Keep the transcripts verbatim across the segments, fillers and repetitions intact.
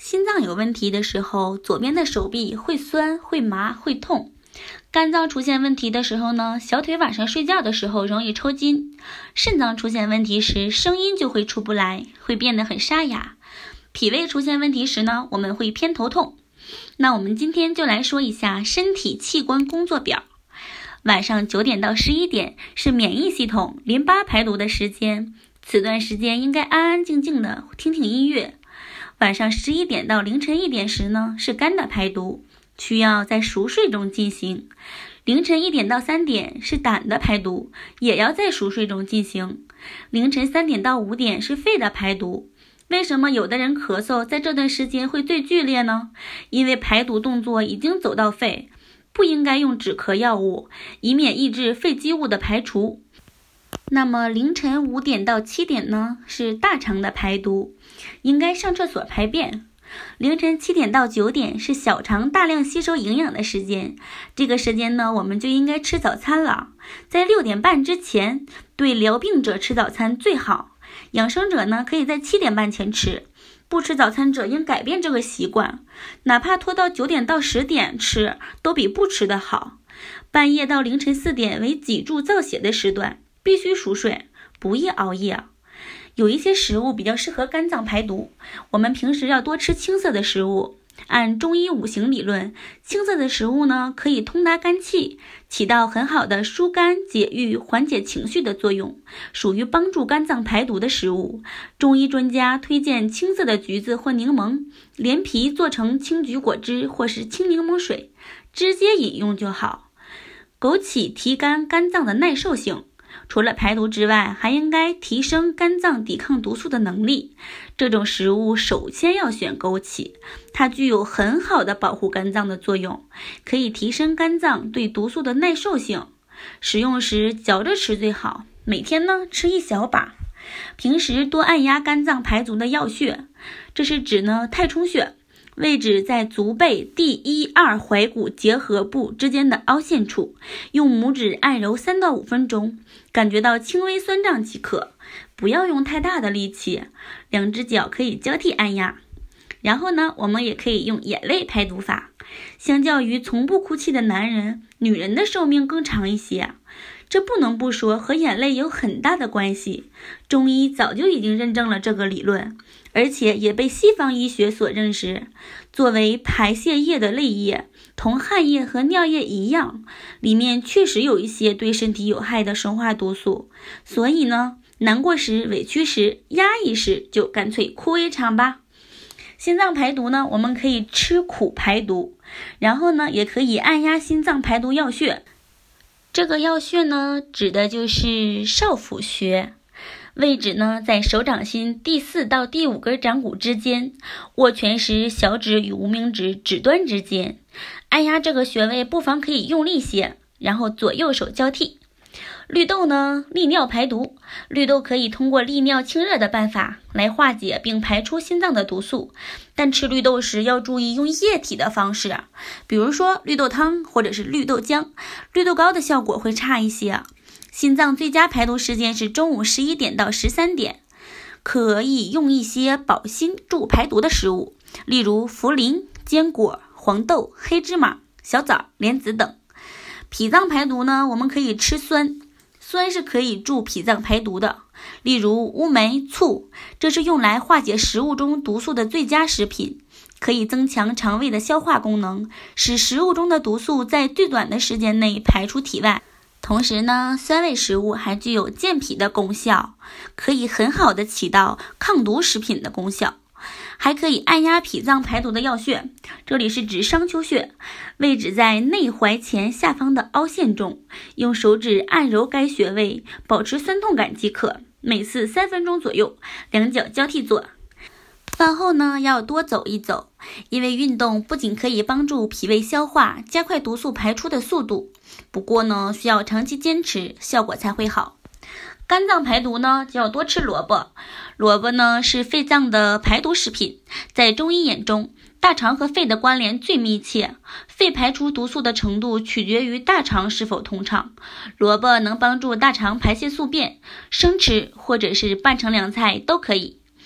心脏有问题的时候，左边的手臂会酸、会麻、会痛。肝脏出现问题的时候呢，小腿晚上睡觉的时候容易抽筋。肾脏出现问题时，声音就会出不来，会变得很沙哑。脾胃出现问题时呢，我们会偏头痛。那我们今天就来说一下身体器官工作表。晚上九点到十一点是免疫系统、淋巴排毒的时间，此段时间应该安安静静的听听音乐。晚上十一点到凌晨一点时呢，是肝的排毒，需要在熟睡中进行。凌晨一点到三点是胆的排毒，也要在熟睡中进行。凌晨三点到五点是肺的排毒。为什么有的人咳嗽在这段时间会最剧烈呢？因为排毒动作已经走到肺，不应该用止咳药物，以免抑制肺积物的排除。那么凌晨五点到七点呢，是大肠的排毒，应该上厕所排便。凌晨七点到九点是小肠大量吸收营养的时间，这个时间呢，我们就应该吃早餐了。在六点半之前，对疗病者吃早餐最好，养生者呢，可以在七点半前吃。不吃早餐者应改变这个习惯，哪怕拖到九点到十点吃，都比不吃的好。半夜到凌晨四点为脊柱造血的时段，必须熟睡，不宜熬夜。有一些食物比较适合肝脏排毒，我们平时要多吃青色的食物。按中医五行理论，青色的食物呢，可以通达肝气，起到很好的疏肝解郁、缓解情绪的作用，属于帮助肝脏排毒的食物。中医专家推荐青色的橘子或柠檬，连皮做成青橘果汁或是青柠檬水，直接饮用就好。枸杞提高肝脏的耐受性，除了排毒之外，还应该提升肝脏抵抗毒素的能力。这种食物首先要选枸杞，它具有很好的保护肝脏的作用，可以提升肝脏对毒素的耐受性。食用时嚼着吃最好，每天呢吃一小把。平时多按压肝脏排足的要穴，这是指呢太冲穴，位置在足背第一二踝骨结合部之间的凹陷处，用拇指按揉三到五分钟，感觉到轻微酸胀即可，不要用太大的力气，两只脚可以交替按压。然后呢，我们也可以用眼泪排毒法。相较于从不哭泣的男人，女人的寿命更长一些，这不能不说和眼泪有很大的关系。中医早就已经认证了这个理论，而且也被西方医学所认识。作为排泄液的泪液，同汗液和尿液一样，里面确实有一些对身体有害的生化毒素，所以呢，难过时、委屈时、压抑时，就干脆哭一场吧。心脏排毒呢，我们可以吃苦排毒，然后呢，也可以按压心脏排毒要穴。这个要穴呢，指的就是少府穴，位置呢在手掌心第四到第五根掌骨之间，握拳时小指与无名指指端之间。按压这个穴位，不妨可以用力些，然后左右手交替。绿豆呢，利尿排毒，绿豆可以通过利尿清热的办法来化解并排出心脏的毒素，但吃绿豆时要注意用液体的方式，比如说绿豆汤或者是绿豆浆，绿豆糕的效果会差一些。心脏最佳排毒时间是中午十一点到十三点，可以用一些保心助排毒的食物，例如茯苓、坚果、黄豆、黑芝麻、小枣、莲子等。脾脏排毒呢，我们可以吃酸，酸是可以助脾脏排毒的，例如乌梅、醋，这是用来化解食物中毒素的最佳食品，可以增强肠胃的消化功能，使食物中的毒素在最短的时间内排出体外。同时呢，酸味食物还具有健脾的功效，可以很好的起到抗毒食品的功效。还可以按压脾脏排毒的要穴，这里是指商丘穴，位置在内踝前下方的凹陷中，用手指按揉该穴位，保持酸痛感即可，每次三分钟左右，两脚交替做。饭后呢，要多走一走，因为运动不仅可以帮助脾胃消化，加快毒素排出的速度，不过呢，需要长期坚持，效果才会好。肝脏排毒呢，就要多吃萝卜。萝卜呢是肺脏的排毒食品，在中医眼中，大肠和肺的关联最密切，肺排出毒素的程度取决于大肠是否通畅。萝卜能帮助大肠排泄宿便，生吃或者是拌成凉菜都可以。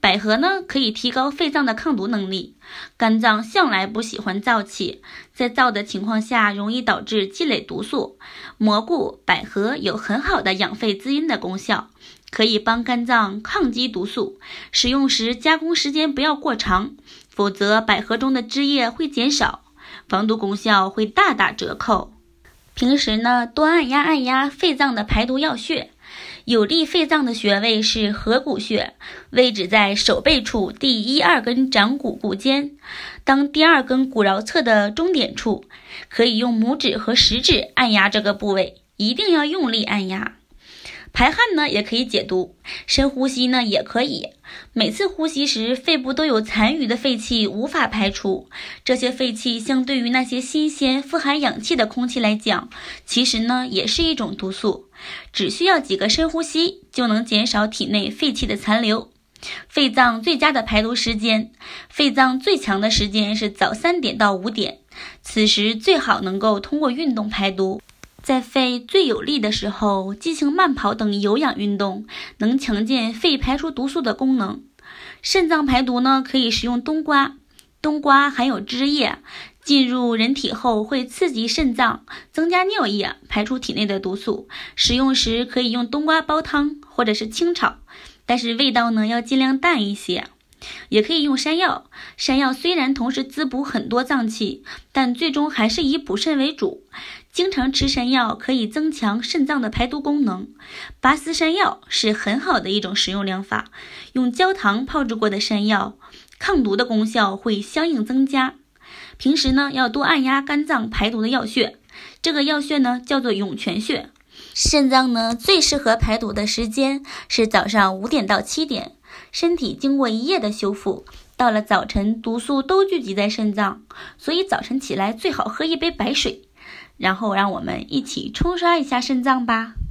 百合呢可以提高肺脏的抗毒能力，肝脏向来不喜欢燥气，在燥的情况下容易导致积累毒素。蘑菇、百合有很好的养肺滋阴的功效，可以帮肝脏抗击毒素。使用时加工时间不要过长，否则百合中的汁液会减少，防毒功效会大打折扣。平时呢，多按压按压肺脏的排毒要穴。有利肺脏的穴位是合谷穴，位置在手背处第一二根掌骨骨间，当第二根骨桡侧的中点处，可以用拇指和食指按压这个部位，一定要用力按压。排汗呢也可以解毒，深呼吸呢也可以。每次呼吸时，肺部都有残余的废气无法排出，这些废气相对于那些新鲜富含氧气的空气来讲，其实呢也是一种毒素。只需要几个深呼吸，就能减少体内废气的残留。肺脏最佳的排毒时间，肺脏最强的时间是早三点到五点，此时最好能够通过运动排毒。在肺最有力的时候，进行慢跑等有氧运动，能强健肺排出毒素的功能。肾脏排毒呢，可以食用冬瓜，冬瓜含有汁液，进入人体后会刺激肾脏，增加尿液，排出体内的毒素。食用时可以用冬瓜煲汤或者是清炒，但是味道呢要尽量淡一些。也可以用山药，山药虽然同时滋补很多脏器，但最终还是以补肾为主。经常吃山药可以增强肾脏的排毒功能。拔丝山药是很好的一种食用疗法，用焦糖泡制过的山药，抗毒的功效会相应增加。平时呢要多按压肝脏排毒的要穴，这个要穴呢叫做涌泉穴。肾脏呢最适合排毒的时间是早上五点到七点，身体经过一夜的修复，到了早晨毒素都聚集在肾脏，所以早晨起来最好喝一杯白水，然后让我们一起冲刷一下肾脏吧。